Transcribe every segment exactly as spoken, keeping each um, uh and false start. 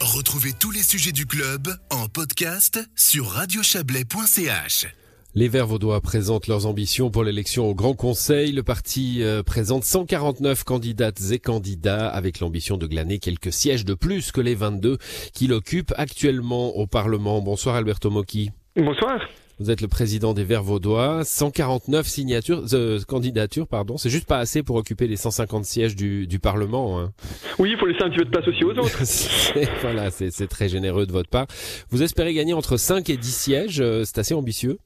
Retrouvez tous les sujets du club en podcast sur radio chablais point c h. Les Verts vaudois présentent leurs ambitions pour l'élection au Grand Conseil. Le parti euh, présente cent quarante-neuf candidates et candidats avec l'ambition de glaner quelques sièges de plus que les vingt-deux qu'il occupe actuellement au Parlement. Bonsoir Alberto Mocchi. Bonsoir. Vous êtes le président des Verts vaudois. cent quarante-neuf signatures, euh, candidatures, pardon. C'est juste pas assez pour occuper les cent cinquante sièges du, du Parlement. Hein. Oui, il faut laisser un petit peu de place aussi aux autres. c'est, voilà, c'est, c'est très généreux de votre part. Vous espérez gagner entre cinq et dix sièges. Euh, c'est assez ambitieux.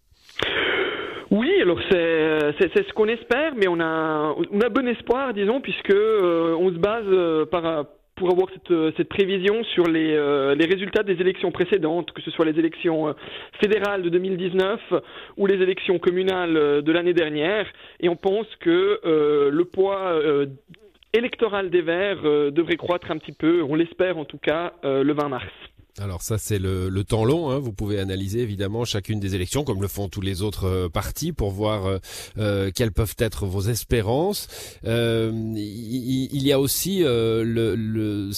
Oui, alors c'est, c'est, c'est ce qu'on espère, mais on a, on a bon espoir, disons, puisque euh, on se base euh, par, pour avoir cette, cette prévision sur les, euh, les résultats des élections précédentes, que ce soit les élections euh, fédérales de deux mille dix-neuf ou les élections communales euh, de l'année dernière, et on pense que euh, le poids euh, électoral des Verts euh, devrait croître un petit peu, on l'espère en tout cas, euh, le vingt mars. Alors ça c'est le, le temps long, hein. Vous pouvez analyser évidemment chacune des élections comme le font tous les autres euh, partis pour voir euh, quelles peuvent être vos espérances. Euh, il, il y a aussi euh, le, le,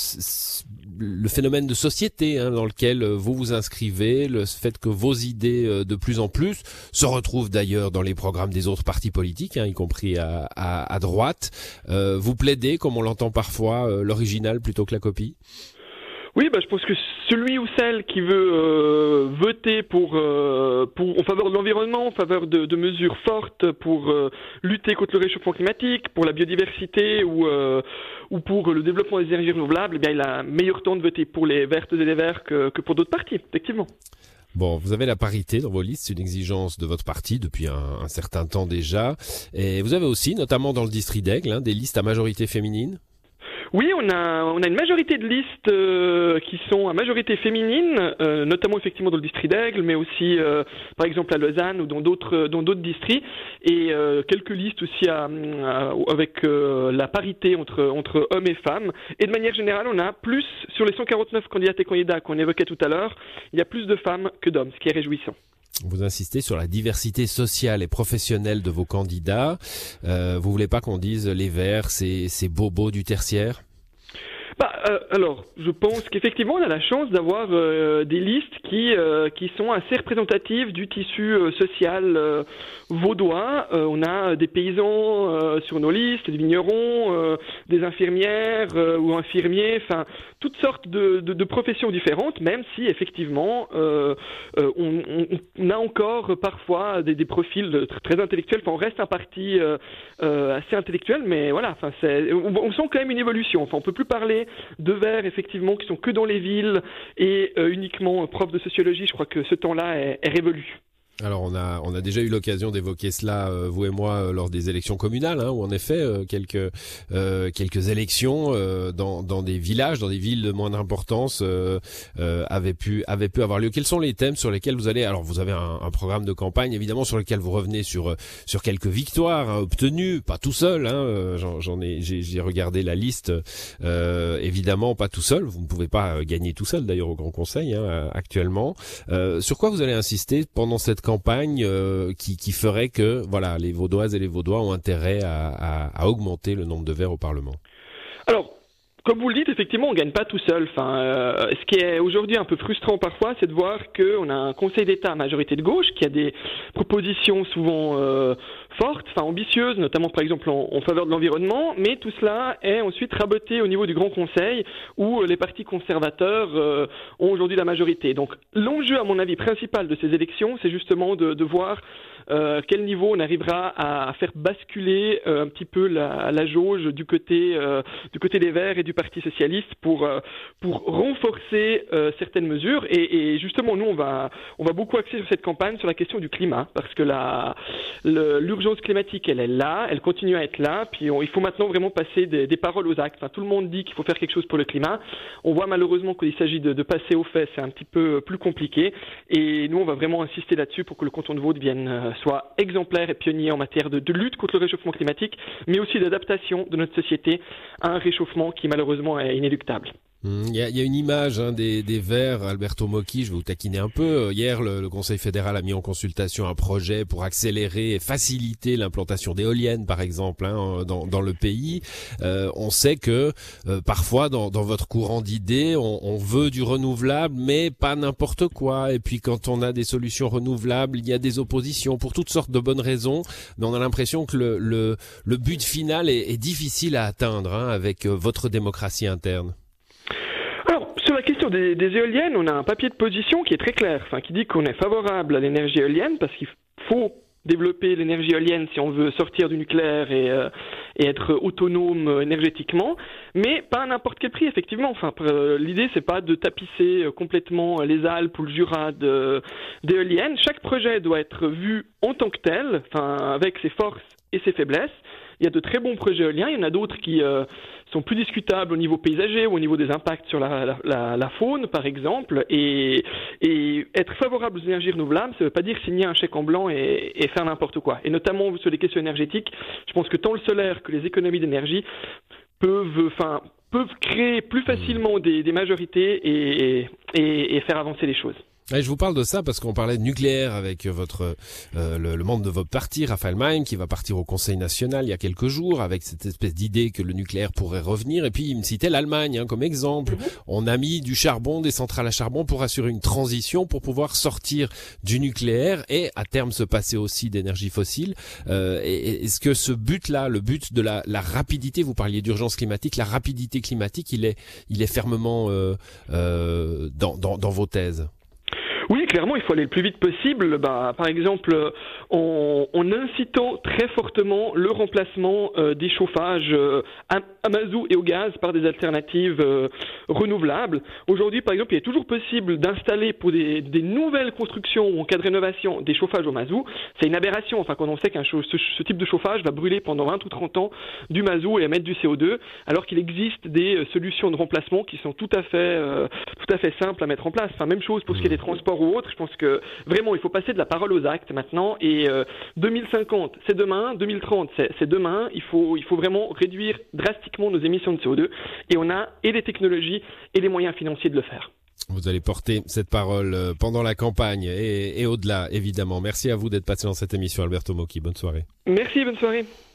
le phénomène de société hein, dans lequel vous vous inscrivez, le fait que vos idées euh, de plus en plus se retrouvent d'ailleurs dans les programmes des autres partis politiques, hein, y compris à, à, à droite. Euh, vous plaidez, comme on l'entend parfois, euh, l'original plutôt que la copie ? Oui, bah, je pense que celui ou celle qui veut euh, voter pour, euh, pour, en faveur de l'environnement, en faveur de, de mesures fortes pour euh, lutter contre le réchauffement climatique, pour la biodiversité ou, euh, ou pour le développement des énergies renouvelables, eh bien, il a meilleur temps de voter pour les vertes et les verts que, que pour d'autres partis, effectivement. Bon, vous avez la parité dans vos listes, c'est une exigence de votre parti depuis un, un certain temps déjà. Et vous avez aussi, notamment dans le district d'Aigle, hein, des listes à majorité féminine. Oui, on a on a une majorité de listes euh, qui sont à majorité féminine, euh, notamment effectivement dans le district d'Aigle, mais aussi euh, par exemple à Lausanne ou dans d'autres dans d'autres districts, et euh, quelques listes aussi à, à, avec euh, la parité entre entre hommes et femmes. Et de manière générale, on a plus sur les cent quarante-neuf candidates et candidats qu'on évoquait tout à l'heure, il y a plus de femmes que d'hommes, ce qui est réjouissant. Vous insistez sur la diversité sociale et professionnelle de vos candidats. Euh, vous voulez pas qu'on dise les Verts, c'est, c'est bobos du tertiaire ? Bah, euh, alors, je pense qu'effectivement, on a la chance d'avoir euh, des listes qui euh, qui sont assez représentatives du tissu euh, social euh, vaudois. Euh, on a des paysans euh, sur nos listes, des vignerons, euh, des infirmières euh, ou infirmiers, enfin toutes sortes de, de, de professions différentes. Même si effectivement, euh, euh, on, on, on a encore parfois des, des profils très intellectuels. Enfin, on reste un parti euh, euh, assez intellectuel, mais voilà. Enfin, c'est, on, on sent quand même une évolution. Enfin, on peut plus parler de Verts, effectivement, qui sont que dans les villes et euh, uniquement profs de sociologie. Je crois que ce temps-là est, est révolu. Alors on a on a déjà eu l'occasion d'évoquer cela euh, vous et moi euh, lors des élections communales hein, où en effet euh, quelques euh, quelques élections euh, dans dans des villages, dans des villes de moindre importance euh, euh, avaient pu avaient pu avoir lieu. Quels sont les thèmes sur lesquels vous allez alors vous avez un, un programme de campagne évidemment sur lequel vous revenez sur sur quelques victoires hein, obtenues, pas tout seul hein, j'en, j'en ai j'ai, j'ai regardé la liste euh, évidemment pas tout seul, vous ne pouvez pas gagner tout seul d'ailleurs au Grand Conseil hein, actuellement. Euh, sur quoi vous allez insister pendant cette campagne euh, qui, qui ferait que voilà les Vaudoises et les Vaudois ont intérêt à, à, à augmenter le nombre de Verts au Parlement? Alors, comme vous le dites, effectivement, on gagne pas tout seul. Enfin, euh, ce qui est aujourd'hui un peu frustrant parfois, c'est de voir qu'on a un Conseil d'État à majorité de gauche qui a des propositions souvent euh, fortes, enfin ambitieuses, notamment par exemple en, en faveur de l'environnement, mais tout cela est ensuite raboté au niveau du Grand Conseil où les partis conservateurs euh, ont aujourd'hui la majorité. Donc l'enjeu, à mon avis, principal de ces élections, c'est justement de, de voir Euh, quel niveau on arrivera à faire basculer euh, un petit peu la, la jauge du côté euh, du côté des Verts et du Parti socialiste pour euh, pour renforcer euh, certaines mesures et, et justement nous on va on va beaucoup axer sur cette campagne sur la question du climat parce que la le, l'urgence climatique elle est là, elle continue à être là, puis on, il faut maintenant vraiment passer des, des paroles aux actes. Enfin, tout le monde dit qu'il faut faire quelque chose pour le climat. On voit malheureusement qu'il s'agit de, de passer aux faits, c'est un petit peu plus compliqué et nous on va vraiment insister là-dessus pour que le canton de Vaud devienne euh, soit exemplaire et pionnier en matière de, de lutte contre le réchauffement climatique, mais aussi d'adaptation de notre société à un réchauffement qui malheureusement est inéluctable. Il y a, il y a une image hein, des, des Verts, Alberto Mocchi, je vais vous taquiner un peu. Hier, le, le Conseil fédéral a mis en consultation un projet pour accélérer et faciliter l'implantation d'éoliennes, par exemple, hein, dans, dans le pays. Euh, on sait que euh, parfois, dans, dans votre courant d'idées, on, on veut du renouvelable, mais pas n'importe quoi. Et puis, quand on a des solutions renouvelables, il y a des oppositions pour toutes sortes de bonnes raisons. Mais on a l'impression que le, le, le but final est, est difficile à atteindre hein, avec euh, votre démocratie interne. Alors, sur la question des, des éoliennes, on a un papier de position qui est très clair, enfin, qui dit qu'on est favorable à l'énergie éolienne parce qu'il faut développer l'énergie éolienne si on veut sortir du nucléaire et, euh, et être autonome énergétiquement, mais pas à n'importe quel prix, effectivement. Enfin, euh, l'idée, c'est pas de tapisser complètement les Alpes ou le Jura de, d'éoliennes. Chaque projet doit être vu en tant que tel, enfin, avec ses forces et ses faiblesses. Il y a de très bons projets éoliens, il y en a d'autres qui euh, sont plus discutables au niveau paysager ou au niveau des impacts sur la, la, la, la faune, par exemple. Et, et être favorable aux énergies renouvelables, ça ne veut pas dire signer un chèque en blanc et, et faire n'importe quoi. Et notamment sur les questions énergétiques, je pense que tant le solaire que les économies d'énergie peuvent, enfin, peuvent créer plus facilement des, des majorités et, et, et faire avancer les choses. Et je vous parle de ça parce qu'on parlait de nucléaire avec votre euh, le, le membre de votre parti, Raphaël Mein, qui va partir au Conseil national il y a quelques jours avec cette espèce d'idée que le nucléaire pourrait revenir. Et puis il me citait l'Allemagne hein, comme exemple. Mmh. On a mis du charbon, des centrales à charbon pour assurer une transition, pour pouvoir sortir du nucléaire et à terme se passer aussi d'énergie fossile. Euh, et, est-ce que ce but-là, le but de la, la rapidité, vous parliez d'urgence climatique, la rapidité climatique, il est, il est fermement euh, euh, dans, dans, dans vos thèses? Oui, clairement, il faut aller le plus vite possible. Bah, par exemple, en, en incitant très fortement le remplacement euh, des chauffages euh, à, à mazout et au gaz par des alternatives euh, renouvelables. Aujourd'hui, par exemple, il est toujours possible d'installer pour des, des nouvelles constructions ou en cas de rénovation des chauffages au mazout. C'est une aberration. Enfin, quand on sait qu'un ce, ce type de chauffage va brûler pendant vingt ou trente ans du mazout et émettre du C O deux, alors qu'il existe des euh, solutions de remplacement qui sont tout à fait, euh, tout à fait simples à mettre en place. Enfin, même chose pour ce qui est des transports ou autres. Je pense que vraiment il faut passer de la parole aux actes maintenant et euh, deux mille cinquante c'est demain, deux mille trente c'est, c'est demain, il faut, il faut vraiment réduire drastiquement nos émissions de C O deux et on a et les technologies et les moyens financiers de le faire. Vous allez porter cette parole pendant la campagne et, et au-delà évidemment. Merci à vous d'être passé dans cette émission Alberto Mocchi, bonne soirée. Merci, bonne soirée.